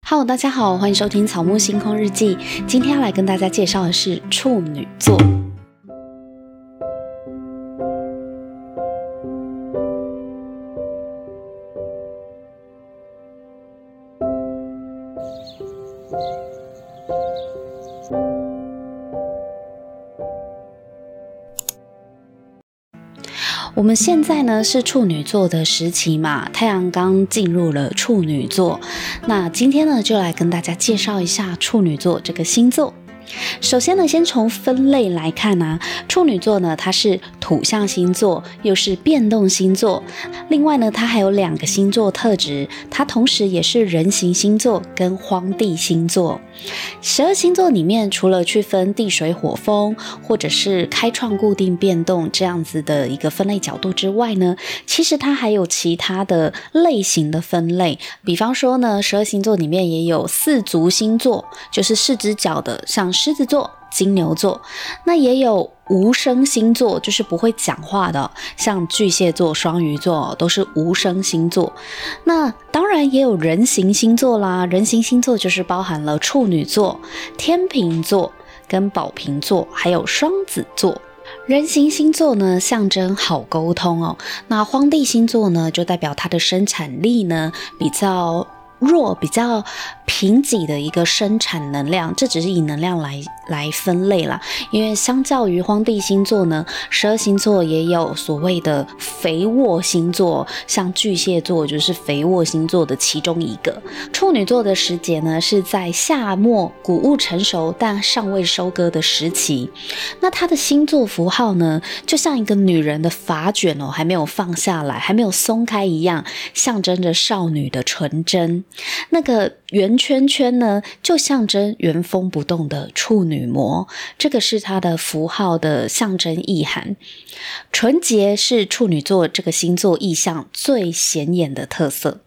Hello， 大家好，欢迎收听草木星空日记。今天要来跟大家介绍的是处女座。我们现在呢是处女座的时期嘛，太阳刚进入了处女座。那今天呢就来跟大家介绍一下处女座这个星座。首先呢，先从分类来看啊，处女座呢它是土象星座，又是变动星座。另外呢，它还有2个星座特质，它同时也是人形星座跟荒地星座。12星座里面，除了去分地水火风，或者是开创固定变动这样子的一个分类角度之外呢，其实它还有其他的类型的分类。比方说呢，12星座里面也有4足星座，就是4只脚的，像狮子座、金牛座。那也有无声星座，就是不会讲话的，像巨蟹座、双鱼座都是无声星座。那当然也有人形星座啦，人形星座就是包含了处女座、天秤座跟宝瓶座，还有双子座。人形星座呢象征好沟通哦，那荒地星座呢就代表它的生产力呢比较弱，比较贫瘠的一个生产能量，这只是以能量来分类啦。因为相较于荒地星座呢，12星座也有所谓的肥沃星座，像巨蟹座就是肥沃星座的其中一个。处女座的时节呢是在夏末谷物成熟但尚未收割的时期。那它的星座符号呢，就像一个女人的发卷哦，还没有放下来，还没有松开一样，象征着少女的纯真。那个圆圈圈呢，就象征原封不动的处女膜，这个是它的符号的象征意涵。纯洁是处女座这个星座意象最显眼的特色。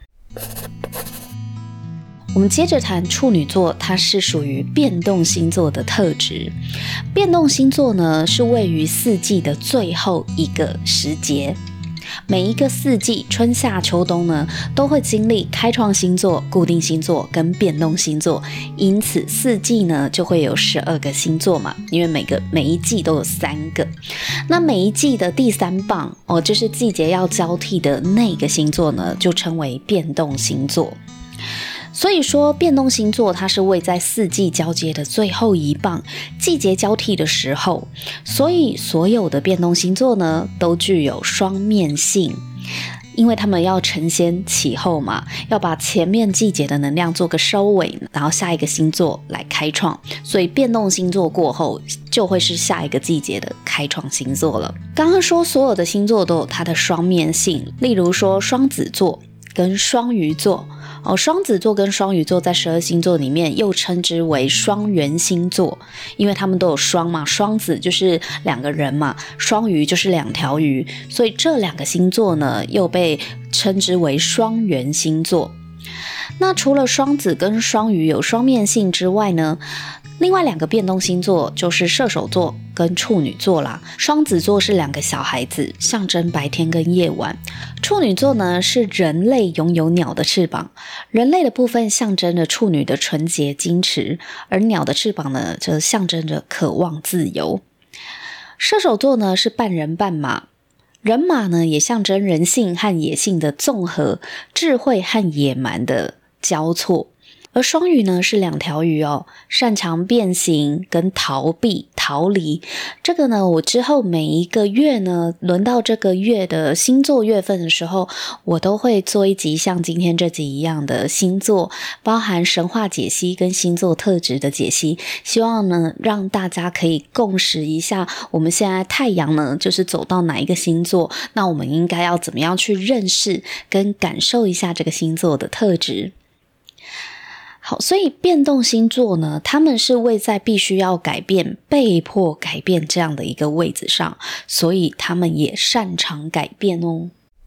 我们接着谈处女座，它是属于变动星座的特质。变动星座呢，是位于4季的最后一个时节。每一个4季，春夏秋冬呢，都会经历开创星座、固定星座跟变动星座，因此4季呢就会有12个星座嘛，因为每一季都有3个。那每一季的第3棒哦，就是季节要交替的那个星座呢，就称为变动星座。所以说变动星座它是位在4季交接的最后一棒，季节交替的时候，所以所有的变动星座呢都具有双面性，因为他们要承先启后嘛，要把前面季节的能量做个收尾，然后下一个星座来开创，所以变动星座过后就会是下一个季节的开创星座了。刚刚说所有的星座都有它的双面性，例如说双子座跟双鱼座双子座跟双鱼座在12星座里面又称之为双元星座，因为他们都有双嘛，双子就是2个人嘛，双鱼就是2条鱼，所以这2个星座呢又被称之为双元星座。那除了双子跟双鱼有双面性之外呢，另外2个变动星座就是射手座跟处女座啦。双子座是2个小孩子，象征白天跟夜晚。处女座呢是人类拥有鸟的翅膀，人类的部分象征着处女的纯洁矜持，而鸟的翅膀呢则象征着渴望自由。射手座呢是半人半马，人马呢也象征人性和野性的综合，智慧和野蛮的交错。而双鱼呢是2条鱼哦，擅长变形跟逃避逃离。这个呢，我之后每一个月呢，轮到这个月的星座月份的时候，我都会做一集像今天这集一样的星座，包含神话解析跟星座特质的解析，希望呢让大家可以共识一下，我们现在太阳呢就是走到哪一个星座，那我们应该要怎么样去认识跟感受一下这个星座的特质。好，所以变动星座呢，他们是位在必须要改变、被迫改变这样的一个位置上，所以他们也擅长改变哦。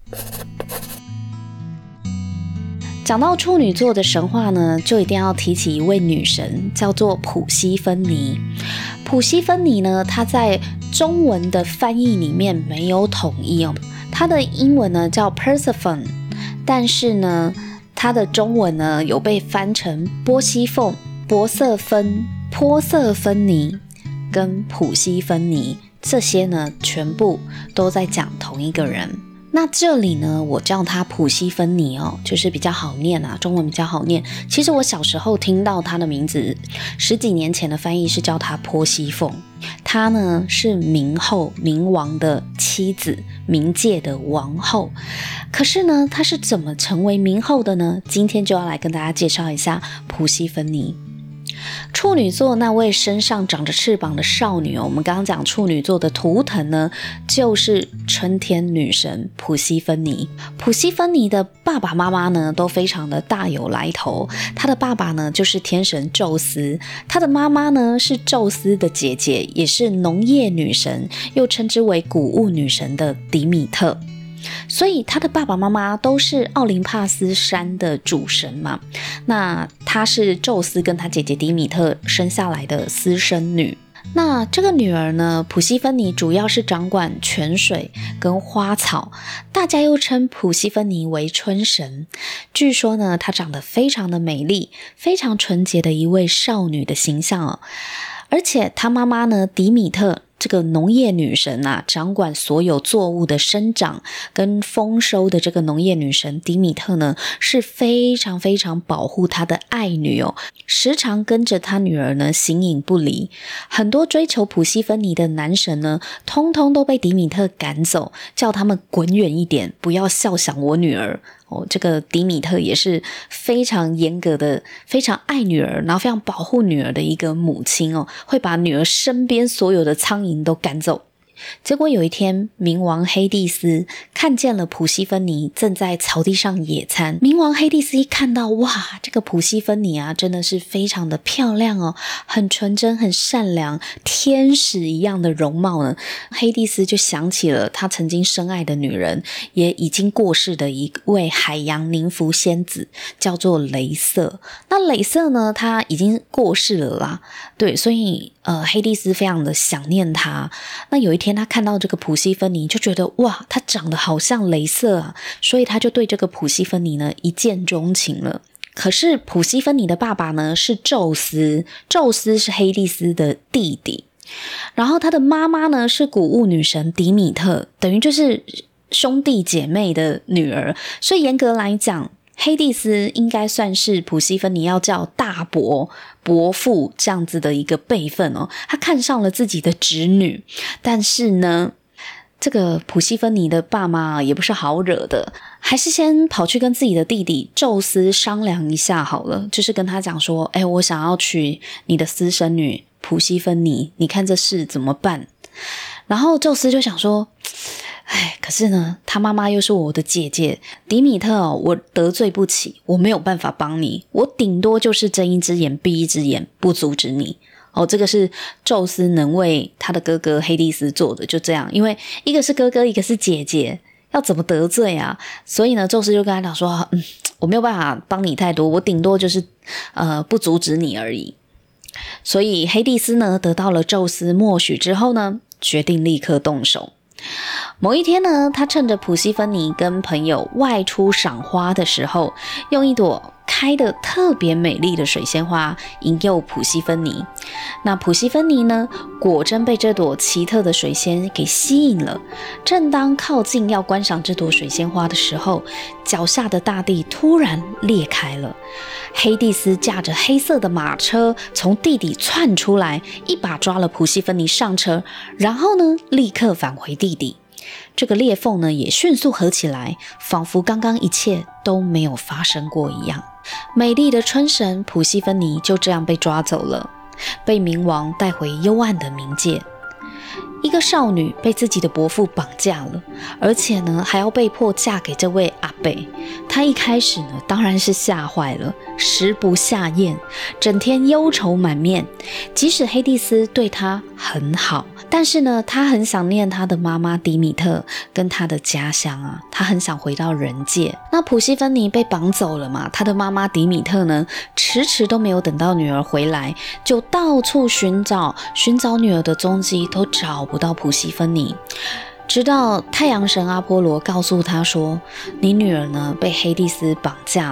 讲到处女座的神话呢，就一定要提起一位女神，叫做普西芬妮。普西芬妮呢，她在中文的翻译里面没有统一哦，她的英文呢叫 Persephone， 但是呢它的中文呢有被翻成波西凤、博瑟芬、波瑟芬尼跟普西芬尼，这些呢全部都在讲同一个人。那这里呢，我叫他普西芬尼哦，就是比较好念啊，中文比较好念。其实我小时候听到他的名字，10几年前的翻译是叫他波西凤。他呢是明后明王的妻子，冥界的王后。可是呢，他是怎么成为明后的呢？今天就要来跟大家介绍一下普西芬尼。处女座那位身上长着翅膀的少女，我们刚刚讲处女座的图腾呢，就是春天女神普西芬尼。普西芬尼的爸爸妈妈呢，都非常的大有来头。她的爸爸呢，就是天神宙斯，她的妈妈呢，是宙斯的姐姐，也是农业女神，又称之为谷物女神的迪米特。所以他的爸爸妈妈都是奥林帕斯山的主神嘛，那他是宙斯跟他姐姐迪米特生下来的私生女。那这个女儿呢，普西芬尼主要是掌管泉水跟花草，大家又称普西芬尼为春神。据说呢，她长得非常的美丽，非常纯洁的一位少女的形象哦。而且她妈妈呢，迪米特这个农业女神啊，掌管所有作物的生长跟丰收的这个农业女神迪米特呢，是非常非常保护她的爱女哦，时常跟着她女儿呢形影不离。很多追求普西芬尼的男神呢，通通都被迪米特赶走，叫他们滚远一点，不要笑想我女儿。这个迪米特也是非常严格的，非常爱女儿，然后非常保护女儿的一个母亲哦，会把女儿身边所有的苍蝇都赶走。结果有一天，冥王黑帝斯看见了普西芬尼正在草地上野餐。冥王黑帝斯一看到，哇，这个普西芬尼啊，真的是非常的漂亮哦，很纯真，很善良，天使一样的容貌呢。黑帝斯就想起了他曾经深爱的女人，也已经过世的一位海洋宁芙仙子，叫做雷瑟。那雷瑟呢，她已经过世了啦，对，所以黑帝斯非常的想念她。那有一天他看到这个普西芬尼，就觉得哇，她长得好像雷瑟啊，所以他就对这个普西芬尼呢一见钟情了。可是普西芬尼的爸爸呢是宙斯，宙斯是黑帝斯的弟弟，然后他的妈妈呢是谷物女神迪米特，等于就是兄弟姐妹的女儿，所以严格来讲，黑帝斯应该算是普西芬尼要叫大伯、伯父这样子的一个辈分哦。他看上了自己的侄女，但是呢，这个普西芬尼的爸妈也不是好惹的，还是先跑去跟自己的弟弟宙斯商量一下好了，就是跟他讲说，我想要娶你的私生女普西芬尼，你看这事怎么办？然后宙斯就想说，可是呢，他妈妈又是我的姐姐迪米特哦，我得罪不起，我没有办法帮你，我顶多就是睁一只眼闭一只眼，不阻止你哦。这个是宙斯能为他的哥哥黑帝斯做的，就这样，因为一个是哥哥，一个是姐姐，要怎么得罪啊？所以呢，宙斯就跟他讲说，我没有办法帮你太多，我顶多就是不阻止你而已。所以黑帝斯呢，得到了宙斯默许之后呢，决定立刻动手。某一天呢，他趁着普西芬尼跟朋友外出赏花的时候，用一朵开得特别美丽的水仙花引诱普西芬尼。那普西芬尼呢，果真被这朵奇特的水仙给吸引了。正当靠近要观赏这朵水仙花的时候，脚下的大地突然裂开了。黑帝斯驾着黑色的马车从地底窜出来，一把抓了普西芬尼上车，然后呢，立刻返回地底。这个裂缝呢，也迅速合起来，仿佛刚刚一切都没有发生过一样。美丽的春神普西芬尼就这样被抓走了，被冥王带回幽暗的冥界。一个少女被自己的伯父绑架了，而且呢还要被迫嫁给这位阿伯。她一开始呢当然是吓坏了，食不下咽，整天忧愁满面。即使黑帝斯对她很好，但是呢她很想念她的妈妈迪米特跟她的家乡啊，她很想回到人界。那普西芬尼被绑走了嘛，她的妈妈迪米特呢迟迟都没有等到女儿回来，就到处寻找女儿的踪迹，都找不到普西芬尼。直到太阳神阿波罗告诉他说，你女儿呢被黑帝斯绑架了。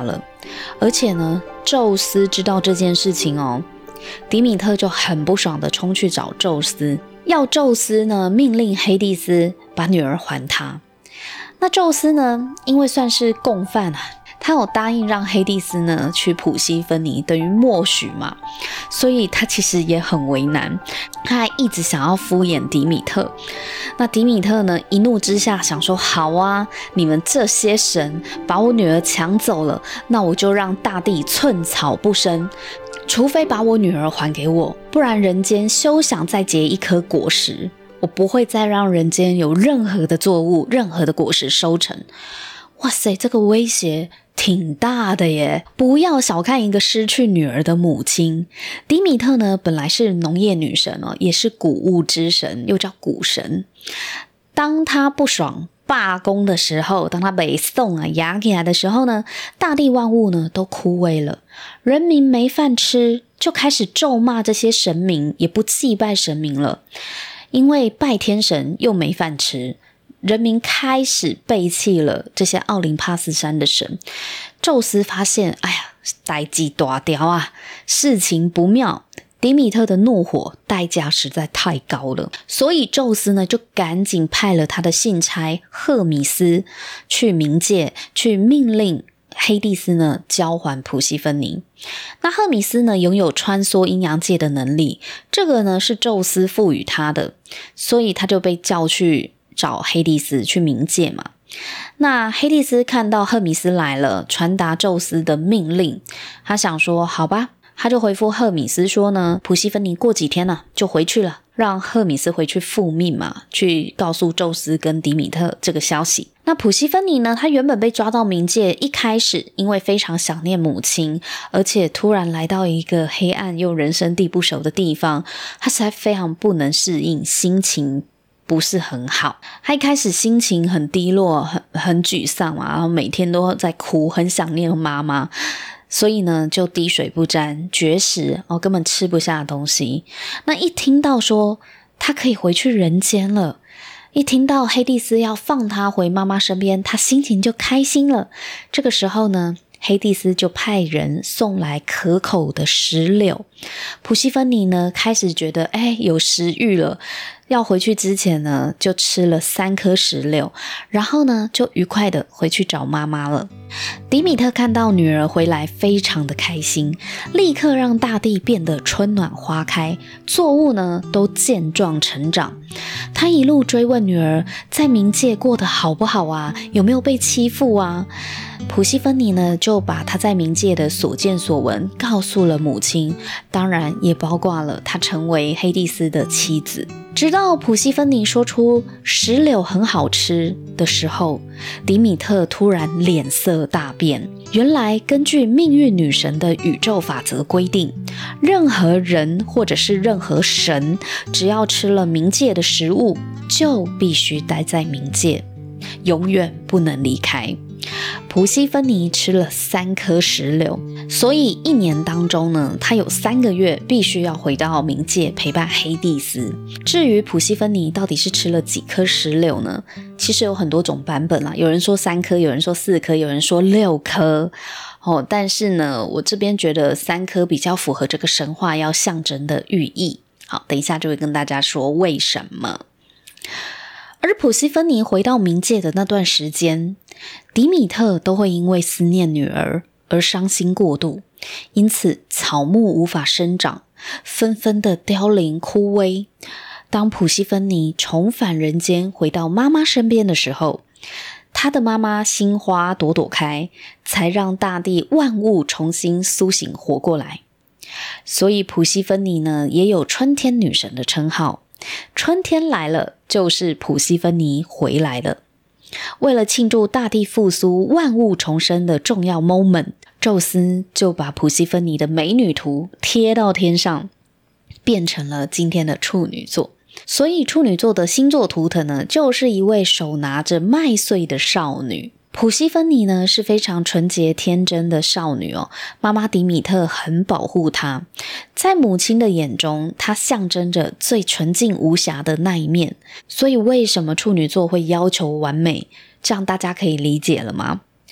而且呢，宙斯知道这件事情哦，迪米特就很不爽的冲去找宙斯，要宙斯呢命令黑帝斯把女儿还他。那宙斯呢，因为算是共犯啊，他有答应让黑帝斯呢去普西芬尼，等于默许嘛，所以他其实也很为难，他还一直想要敷衍迪米特。那迪米特呢一怒之下想说，好啊，你们这些神把我女儿抢走了，那我就让大地寸草不生，除非把我女儿还给我，不然人间休想再结一颗果实，我不会再让人间有任何的作物，任何的果实收成。哇塞，这个威胁挺大的耶！不要小看一个失去女儿的母亲。迪米特呢，本来是农业女神哦，也是谷物之神，又叫谷神。当她不爽罢工的时候，当她北宋压起来的时候呢，大地万物呢都枯萎了，人民没饭吃，就开始咒骂这些神明，也不祭拜神明了，因为拜天神又没饭吃。人民开始背弃了这些奥林帕斯山的神。宙斯发现，哎呀，代志大条啊，事情不妙。迪米特的怒火代价实在太高了，所以宙斯呢就赶紧派了他的信差赫米斯去冥界，去命令黑帝斯呢交还普西芬尼。那赫米斯呢拥有穿梭阴阳界的能力，这个呢是宙斯赋予他的，所以他就被叫去找黑帝斯去冥界嘛。那黑帝斯看到赫米斯来了，传达宙斯的命令，他想说好吧，他就回复赫米斯说呢，普西芬尼过几天呢就回去了，让赫米斯回去复命嘛，去告诉宙斯跟迪米特这个消息。那普西芬尼呢，他原本被抓到冥界，一开始因为非常想念母亲，而且突然来到一个黑暗又人生地不熟的地方，他实在非常不能适应，心情不是很好。他一开始心情很低落，很沮丧嘛，然后每天都在哭，很想念妈妈，所以呢就滴水不沾，绝食根本吃不下东西。那一听到说他可以回去人间了，一听到黑帝斯要放他回妈妈身边，他心情就开心了。这个时候呢，黑帝斯就派人送来可口的石榴。普西芬尼呢开始觉得有食欲了，要回去之前呢就吃了3颗石榴，然后呢就愉快的回去找妈妈了。迪米特看到女儿回来非常的开心，立刻让大地变得春暖花开，作物呢都健壮成长。他一路追问女儿在冥界过得好不好啊，有没有被欺负啊。普西芬尼呢就把他在冥界的所见所闻告诉了母亲，当然也包括了他成为黑帝斯的妻子。直到普西芬尼说出石榴很好吃的时候，迪米特突然脸色大变。原来根据命运女神的宇宙法则规定，任何人或者是任何神，只要吃了冥界的食物，就必须待在冥界，永远不能离开。普西芬尼吃了3颗石榴，所以1年当中呢，他有3个月必须要回到冥界陪伴黑帝斯。至于普西芬尼到底是吃了几颗石榴呢？其实有很多种版本啦，有人说3颗，有人说4颗，有人说6颗。但是呢，我这边觉得3颗比较符合这个神话要象征的寓意。好，等一下就会跟大家说为什么。而普西芬尼回到冥界的那段时间，迪米特都会因为思念女儿而伤心过度，因此草木无法生长，纷纷的凋零枯萎。当普西芬尼重返人间，回到妈妈身边的时候，她的妈妈心花朵朵开，才让大地万物重新苏醒活过来。所以普西芬尼呢，也有春天女神的称号。春天来了，就是普西芬尼回来了。为了庆祝大地复苏、万物重生的重要 moment， 宙斯就把普西芬尼的美女图贴到天上，变成了今天的处女座。所以处女座的星座图腾呢，就是一位手拿着麦穗的少女。普西芬尼呢是非常纯洁天真的少女哦，妈妈迪米特很保护她，在母亲的眼中，她象征着最纯净无瑕的那一面。所以为什么处女座会要求完美，这样大家可以理解了吗？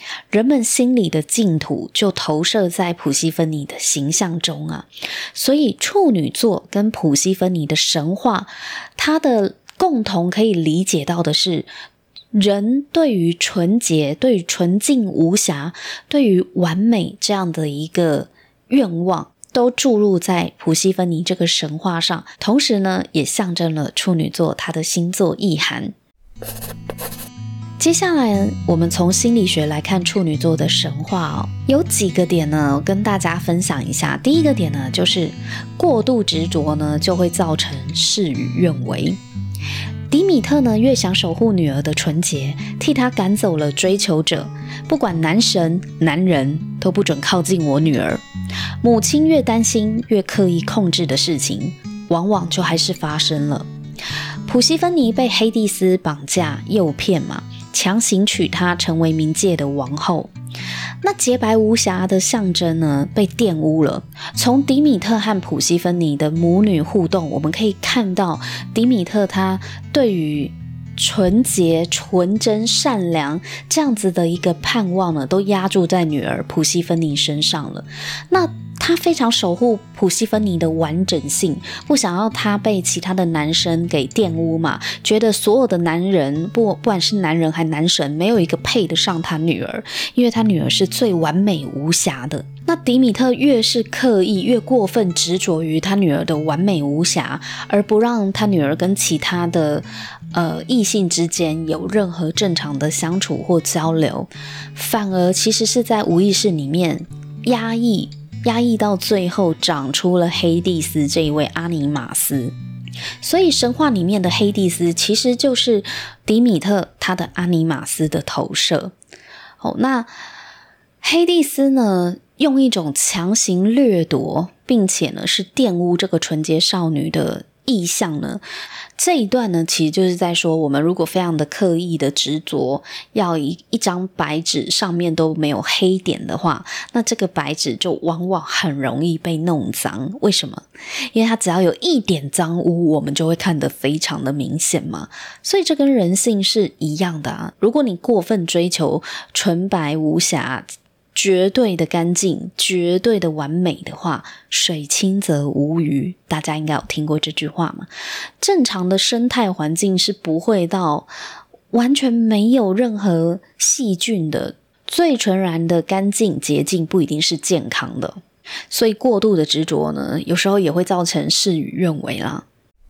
人们心里的净土就投射在普西芬妮的形象中啊。所以处女座跟普西芬妮的神话，它的共同可以理解到的是，人对于纯洁、对于纯净无瑕、对于完美这样的一个愿望，都注入在普西芬妮这个神话上，同时呢，也象征了处女座它的星座意涵。接下来我们从心理学来看处女座的神话有几个点呢，跟大家分享一下。第一个点呢，就是过度执着呢，就会造成事与愿违。迪米特呢，越想守护女儿的纯洁，替她赶走了追求者，不管男神男人都不准靠近我女儿。母亲越担心，越刻意控制的事情，往往就还是发生了。普西芬妮被黑帝斯绑架诱骗嘛，强行娶她成为冥界的王后。那洁白无瑕的象征呢，被玷污了。从迪米特和普西芬妮的母女互动，我们可以看到迪米特他对于纯洁、纯真、善良这样子的一个盼望呢，都压注在女儿普西芬妮身上了。那他非常守护普西芬妮的完整性，不想要她被其他的男生给玷污嘛，觉得所有的男人不管是男人还男神，没有一个配得上他女儿，因为他女儿是最完美无瑕的。那迪米特越是刻意，越过分执着于他女儿的完美无瑕，而不让他女儿跟其他的异性之间有任何正常的相处或交流，反而其实是在无意识里面压抑到最后长出了黑帝斯这一位阿尼玛斯。所以神话里面的黑帝斯其实就是迪米特他的阿尼玛斯的投射。那黑帝斯呢，用一种强行掠夺并且呢是玷污这个纯洁少女的意象呢，这一段呢其实就是在说，我们如果非常的刻意的执着要一张白纸上面都没有黑点的话，那这个白纸就往往很容易被弄脏。为什么？因为它只要有一点脏污，我们就会看得非常的明显嘛。所以这跟人性是一样的啊。如果你过分追求纯白无瑕、绝对的干净、绝对的完美的话，水清则无鱼。大家应该有听过这句话吗？正常的生态环境是不会到完全没有任何细菌的，最纯然的干净洁净不一定是健康的。所以过度的执着呢，有时候也会造成事与愿违啦。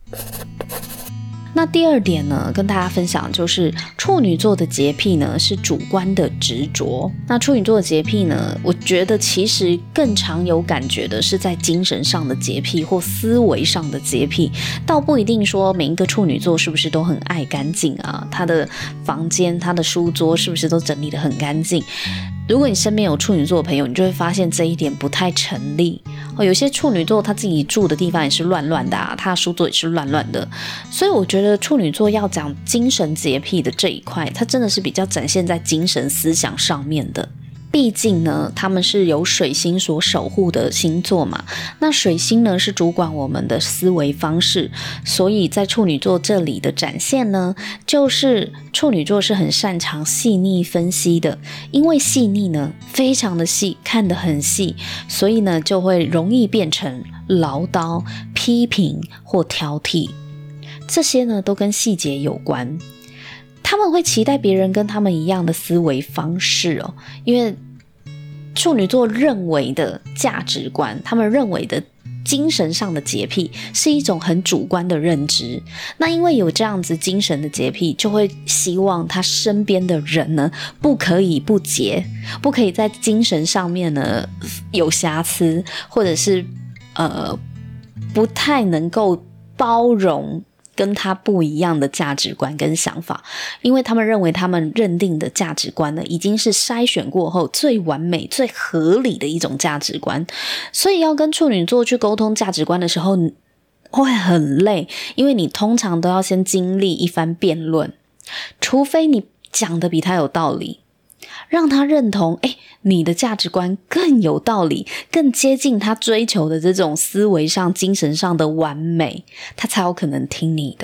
那第二点呢，跟大家分享就是处女座的洁癖呢是主观的执着。那处女座的洁癖呢，我觉得其实更常有感觉的是在精神上的洁癖或思维上的洁癖，倒不一定说每一个处女座是不是都很爱干净啊，他的房间、他的书桌是不是都整理得很干净。如果你身边有处女座的朋友，你就会发现这一点不太成立。有些处女座他自己住的地方也是乱乱的啊，他的书桌也是乱乱的。所以我觉得处女座要讲精神洁癖的这一块，它真的是比较展现在精神思想上面的。毕竟呢，他们是由水星所守护的星座嘛。那水星呢，是主管我们的思维方式，所以在处女座这里的展现呢，就是处女座是很擅长细腻分析的。因为细腻呢，非常的细，看得很细，所以呢，就会容易变成唠叨、批评或挑剔。这些呢，都跟细节有关。他们会期待别人跟他们一样的思维方式因为处女座认为的价值观，他们认为的精神上的洁癖是一种很主观的认知。那因为有这样子精神的洁癖，就会希望他身边的人呢不可以不洁，不可以在精神上面呢有瑕疵，或者是不太能够包容跟他不一样的价值观跟想法，因为他们认为他们认定的价值观呢，已经是筛选过后最完美、最合理的一种价值观。所以要跟处女座去沟通价值观的时候，会很累，因为你通常都要先经历一番辩论，除非你讲的比他有道理，让他认同你的价值观更有道理，更接近他追求的这种思维上精神上的完美，他才有可能听你的。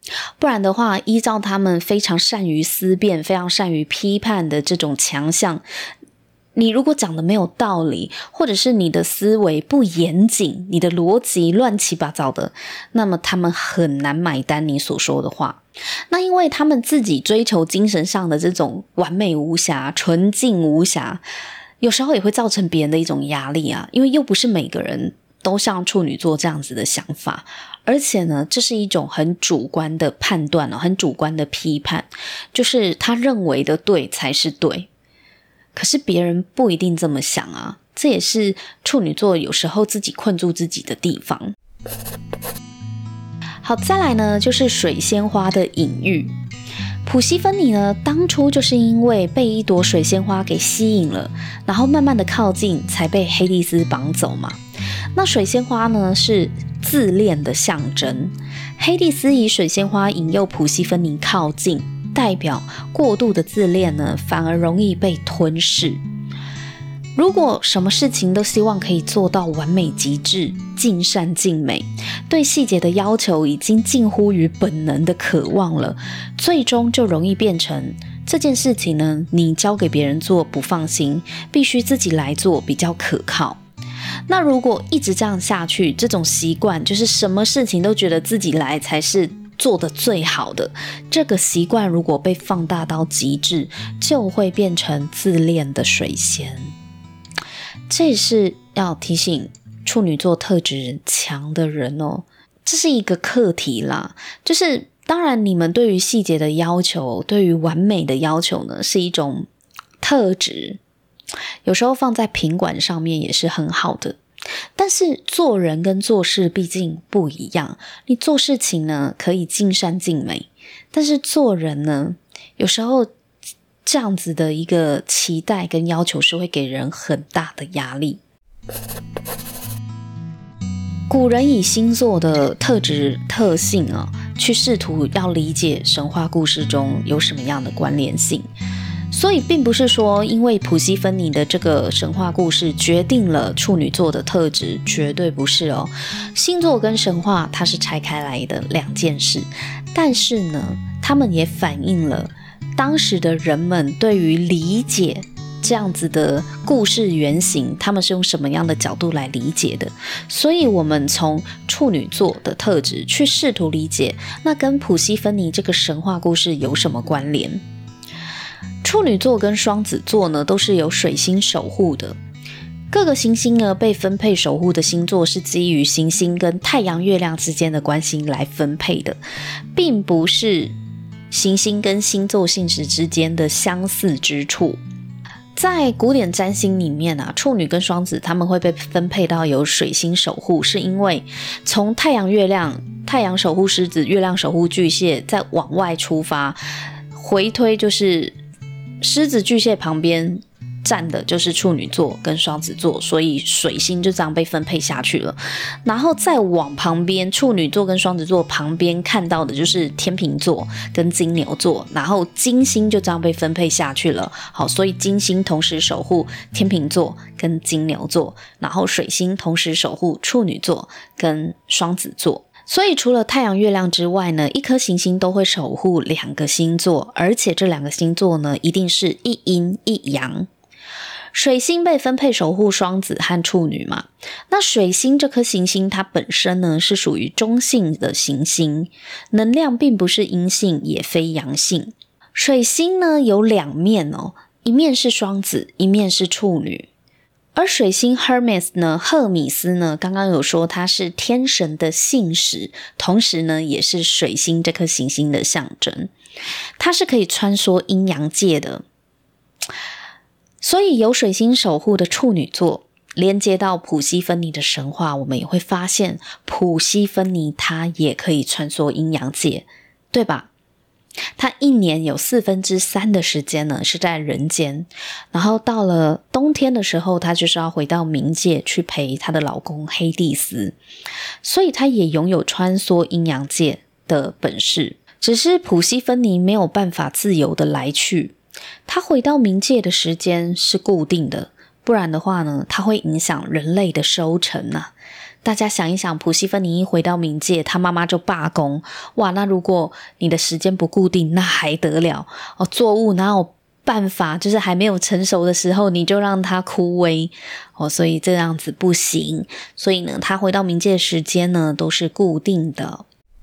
不然的话，依照他们非常善于思辨、非常善于批判的这种强项，你如果讲的没有道理，或者是你的思维不严谨，你的逻辑乱七八糟的，那么他们很难买单你所说的话。那因为他们自己追求精神上的这种完美无瑕、纯净无瑕，有时候也会造成别人的一种压力啊，因为又不是每个人都像处女座这样子的想法，而且呢，这是一种很主观的判断很主观的批判，就是他认为的对才是对，可是别人不一定这么想啊，这也是处女座有时候自己困住自己的地方。好，再来呢，就是水仙花的隐喻。普西芬妮呢，当初就是因为被一朵水仙花给吸引了，然后慢慢的靠近，才被黑帝斯绑走嘛。那水仙花呢，是自恋的象征。黑帝斯以水仙花引诱普西芬妮靠近，代表过度的自恋呢，反而容易被吞噬。如果什么事情都希望可以做到完美极致、尽善尽美，对细节的要求已经近乎于本能的渴望了，最终就容易变成这件事情呢，你交给别人做不放心，必须自己来做比较可靠。那如果一直这样下去，这种习惯就是什么事情都觉得自己来才是做得最好的，这个习惯如果被放大到极致，就会变成自恋的水仙。这也是要提醒处女座特质强的人哦，这是一个课题啦。就是当然你们对于细节的要求，对于完美的要求呢，是一种特质，有时候放在品管上面也是很好的。但是做人跟做事毕竟不一样，你做事情呢可以尽善尽美，但是做人呢，有时候这样子的一个期待跟要求是会给人很大的压力。古人以星座的特质特性去试图要理解神话故事中有什么样的关联性，所以并不是说因为普西芬妮的这个神话故事决定了处女座的特质，绝对不是哦。星座跟神话它是拆开来的两件事，但是呢，他们也反映了当时的人们对于理解这样子的故事原型，他们是用什么样的角度来理解的。所以我们从处女座的特质去试图理解，那跟普西芬妮这个神话故事有什么关联。处女座跟双子座呢，都是有水星守护的。各个行星呢被分配守护的星座是基于行星跟太阳、月亮之间的关系来分配的，并不是行星跟星座性质之间的相似之处。在古典占星里面处女跟双子他们会被分配到有水星守护，是因为从太阳、月亮，太阳守护狮子，月亮守护巨蟹，再往外出发，回推就是狮子、巨蟹旁边站的就是处女座跟双子座，所以水星就这样被分配下去了。然后再往旁边，处女座跟双子座旁边看到的就是天秤座跟金牛座，然后金星就这样被分配下去了。好，所以金星同时守护天秤座跟金牛座，然后水星同时守护处女座跟双子座。所以除了太阳、月亮之外呢，一颗行星都会守护两个星座，而且这两个星座呢，一定是一阴一阳。水星被分配守护双子和处女嘛，那水星这颗行星它本身呢是属于中性的行星，能量并不是阴性也非阳性。水星呢有两面一面是双子，一面是处女。而水星 Hermes 呢，赫米斯呢，刚刚有说它是天神的信使，同时呢也是水星这颗行星的象征，它是可以穿梭阴阳界的。所以有水星守护的处女座连接到普西芬妮的神话，我们也会发现普西芬妮她也可以穿梭阴阳界，对吧？她一年有3/4的时间呢是在人间，然后到了冬天的时候，她就是要回到冥界去陪她的老公黑帝斯，所以她也拥有穿梭阴阳界的本事。只是普西芬妮没有办法自由的来去，她回到冥界的时间是固定的，不然的话呢，它会影响人类的收成啊。 大家想一想，普西芬尼一回到冥界，他妈妈就罢工。哇，那如果你的时间不固定，那还得了哦？作物哪有办法，就是还没有成熟的时候，你就让它枯萎哦，所以这样子不行。所以呢，他回到冥界的时间呢，都是固定的。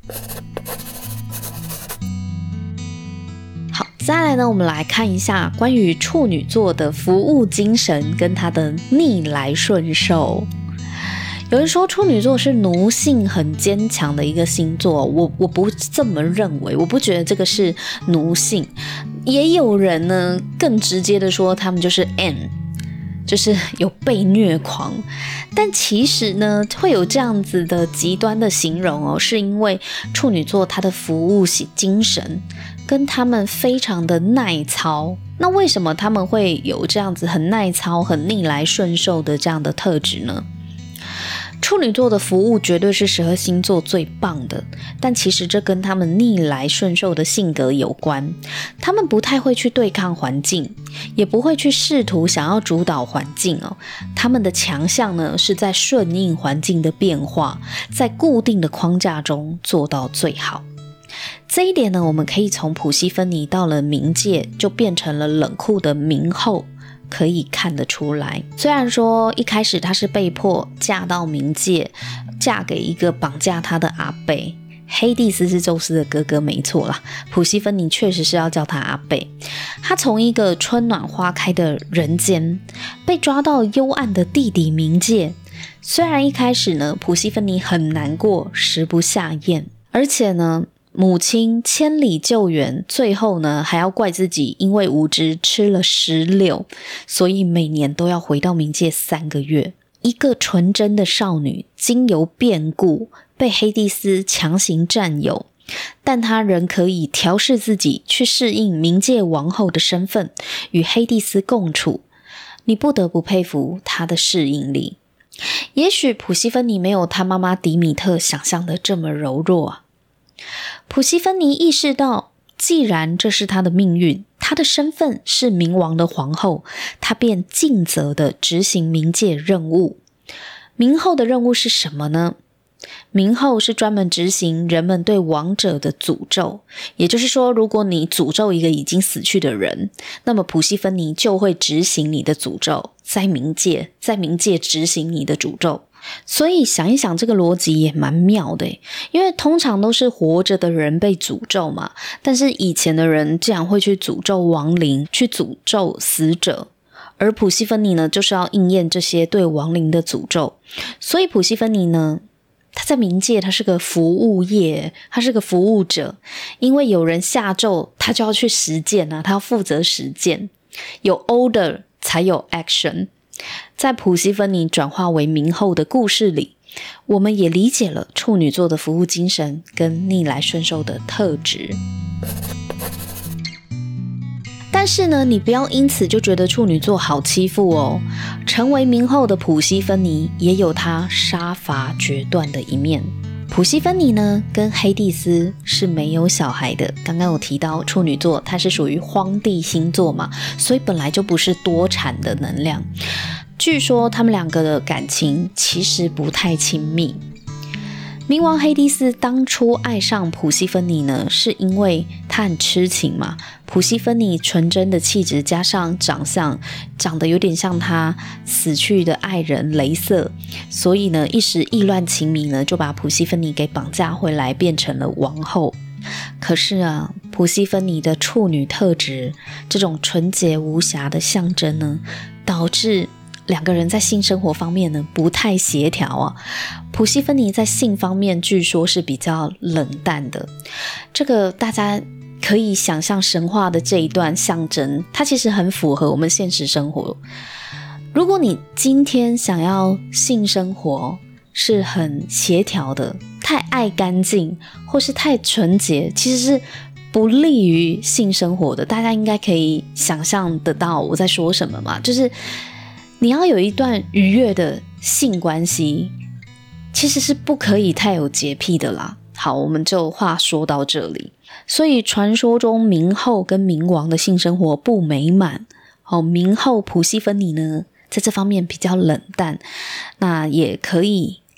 好，再来呢，我们来看一下关于处女座的服务精神跟他的逆来顺受。有人说处女座是奴性很坚强的一个星座，我不这么认为，我不觉得这个是奴性。也有人呢更直接的说他们就是 N， 就是有被虐狂。但其实呢会有这样子的极端的形容哦，是因为处女座他的服务精神跟他们非常的耐操。那为什么他们会有这样子很耐操很逆来顺受的这样的特质呢？处女座的服务绝对是12星座最棒的，但其实这跟他们逆来顺受的性格有关。他们不太会去对抗环境，也不会去试图想要主导环境哦。他们的强项呢是在顺应环境的变化，在固定的框架中做到最好。这一点呢，我们可以从普西芬尼到了冥界就变成了冷酷的冥后可以看得出来。虽然说一开始她是被迫嫁到冥界，嫁给一个绑架她的阿贝，黑帝斯是宙斯的哥哥没错啦，普西芬尼确实是要叫他阿贝。她从一个春暖花开的人间被抓到幽暗的地底冥界，虽然一开始呢普西芬尼很难过，食不下咽，而且呢母亲千里救援，最后呢还要怪自己因为无知吃了石榴，所以每年都要回到冥界3个月。一个纯真的少女经由变故被黑帝斯强行占有，但她仍可以调试自己去适应冥界王后的身份，与黑帝斯共处。你不得不佩服她的适应力。也许普西芬尼没有她妈妈迪米特想象的这么柔弱啊。普西芬尼意识到，既然这是她的命运，她的身份是冥王的皇后，她便尽责地执行冥界任务。冥后的任务是什么呢？冥后是专门执行人们对亡者的诅咒，也就是说，如果你诅咒一个已经死去的人，那么普西芬尼就会执行你的诅咒，在冥界执行你的诅咒。所以想一想，这个逻辑也蛮妙的，因为通常都是活着的人被诅咒嘛，但是以前的人竟然会去诅咒亡灵，去诅咒死者，而普西芬尼呢就是要应验这些对亡灵的诅咒。所以普西芬尼呢，他在冥界他是个服务业，他是个服务者，因为有人下咒，他就要去实践啊，他要负责实践，有 order 才有 action。在普西芬尼转化为冥后的故事里，我们也理解了处女座的服务精神跟逆来顺受的特质。但是呢，你不要因此就觉得处女座好欺负哦。成为冥后的普西芬尼也有她杀伐决断的一面。普西芬尼呢跟黑帝斯是没有小孩的，刚刚有提到处女座它是属于荒地星座嘛，所以本来就不是多产的能量。据说他们两个的感情其实不太亲密。冥王黑帝斯当初爱上普西芬尼呢，是因为他很痴情嘛。普西芬尼纯真的气质加上长相，长得有点像他死去的爱人雷瑟，所以呢一时意乱情迷呢，就把普西芬尼给绑架回来，变成了王后。可是啊，普西芬尼的处女特质，这种纯洁无瑕的象征呢，导致两个人在性生活方面呢不太协调啊。普西芬尼在性方面据说是比较冷淡的，这个大家可以想象神话的这一段象征，它其实很符合我们现实生活。如果你今天想要性生活是很协调的，太爱干净或是太纯洁，其实是不利于性生活的。大家应该可以想象得到我在说什么嘛，就是你要有一段愉悦的性关系，其实是不可以太有洁癖的啦。好，我们就话说到这里。所以传说中冥后跟冥王的性生活不美满，冥后普西芬尼呢在这方面比较冷淡，那也可以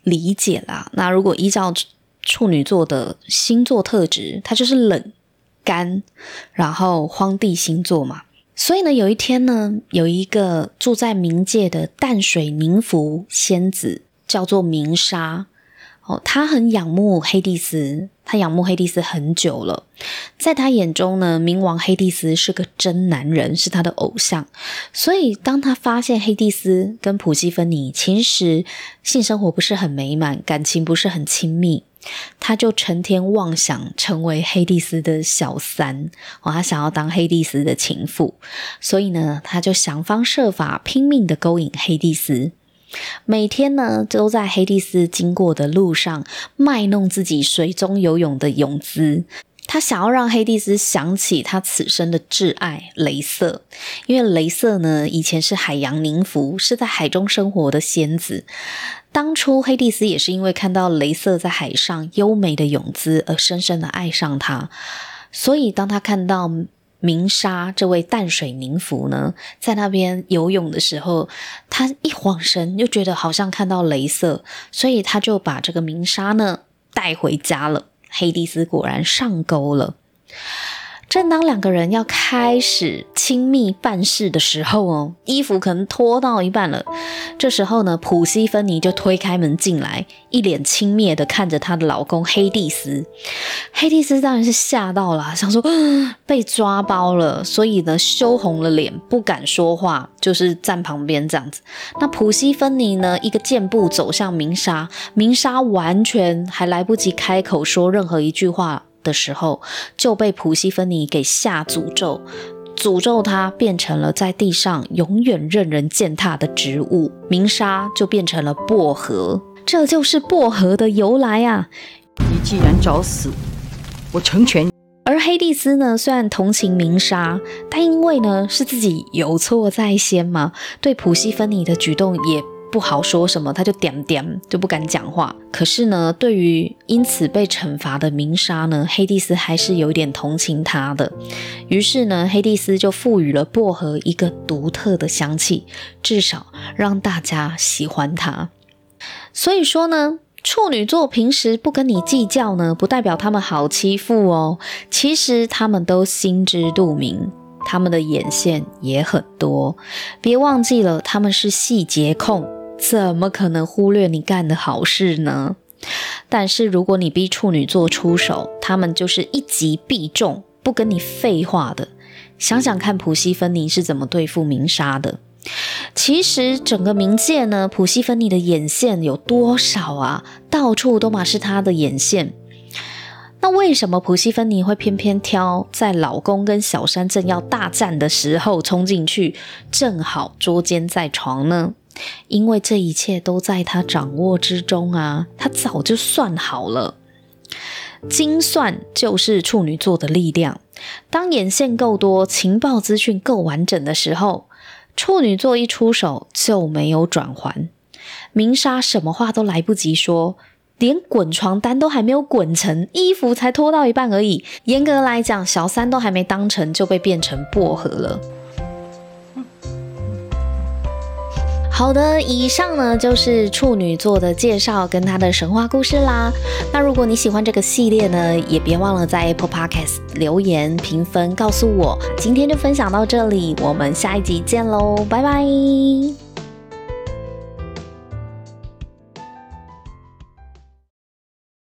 理解啦。那如果依照处女座的星座特质，它就是冷、干，然后荒地星座嘛。所以呢，有一天呢，有一个住在冥界的淡水宁芙仙子，叫做鸣沙。他很仰慕黑帝斯，他仰慕黑帝斯很久了。在他眼中呢，冥王黑帝斯是个真男人，是他的偶像。所以当他发现黑帝斯跟普西芬妮其实性生活不是很美满，感情不是很亲密，他就成天妄想成为黑帝斯的小三，他想要当黑帝斯的情妇。所以呢，他就想方设法拼命的勾引黑帝斯。每天呢，都在黑帝斯经过的路上卖弄自己水中游泳的泳姿。他想要让黑帝斯想起他此生的挚爱雷瑟，因为雷瑟呢，以前是海洋宁芙，是在海中生活的仙子。当初黑帝斯也是因为看到雷瑟在海上优美的泳姿而深深的爱上他，所以当他看到鸣沙这位淡水宁芙呢，在那边游泳的时候，他一晃神又觉得好像看到雷瑟，所以他就把这个鸣沙呢带回家了。黑帝斯果然上钩了。正当两个人要开始亲密办事的时候衣服可能脱到一半了。这时候呢，普西芬妮就推开门进来，一脸轻蔑的看着她的老公黑帝斯。黑帝斯当然是吓到了，想说被抓包了，所以呢羞红了脸，不敢说话，就是站旁边这样子。那普西芬妮呢，一个箭步走向鸣沙，鸣沙完全还来不及开口说任何一句话的时候，就被普西芬妮给下诅咒，诅咒他变成了在地上永远任人践踏的植物，鸣沙就变成了薄荷。这就是薄荷的由来啊！ 你既然找死，我成全。 而黑帝斯呢，虽然同情鸣沙，但因为呢是自己有错在先嘛，对普西芬妮的举动也不好说什么，他就点点就不敢讲话。可是呢，对于因此被惩罚的鸣沙呢，黑帝斯还是有点同情他的。于是呢，黑帝斯就赋予了薄荷一个独特的香气，至少让大家喜欢他。所以说呢，处女座平时不跟你计较呢，不代表他们好欺负哦。其实他们都心知肚明，他们的眼线也很多。别忘记了，他们是细节控，怎么可能忽略你干的好事呢？但是如果你逼处女座出手，他们就是一击必中，不跟你废话的。想想看普西芬妮是怎么对付鸣沙的。其实整个冥界呢，普西芬妮的眼线有多少啊？到处都嘛是她的眼线。那为什么普西芬妮会偏偏挑在老公跟小三正要大战的时候冲进去，正好捉奸在床呢？因为这一切都在她掌握之中啊，她早就算好了。精算就是处女座的力量。当眼线够多，情报资讯够完整的时候，处女座一出手就没有转圜。鸣沙什么话都来不及说，连滚床单都还没有滚成，衣服才脱到一半而已。严格来讲，小三都还没当成就被变成薄荷了。好的，以上呢就是处女座的介绍跟他的神话故事啦。那如果你喜欢这个系列呢，也别忘了在 Apple Podcast 留言评分告诉我。今天就分享到这里，我们下一集见咯，拜拜。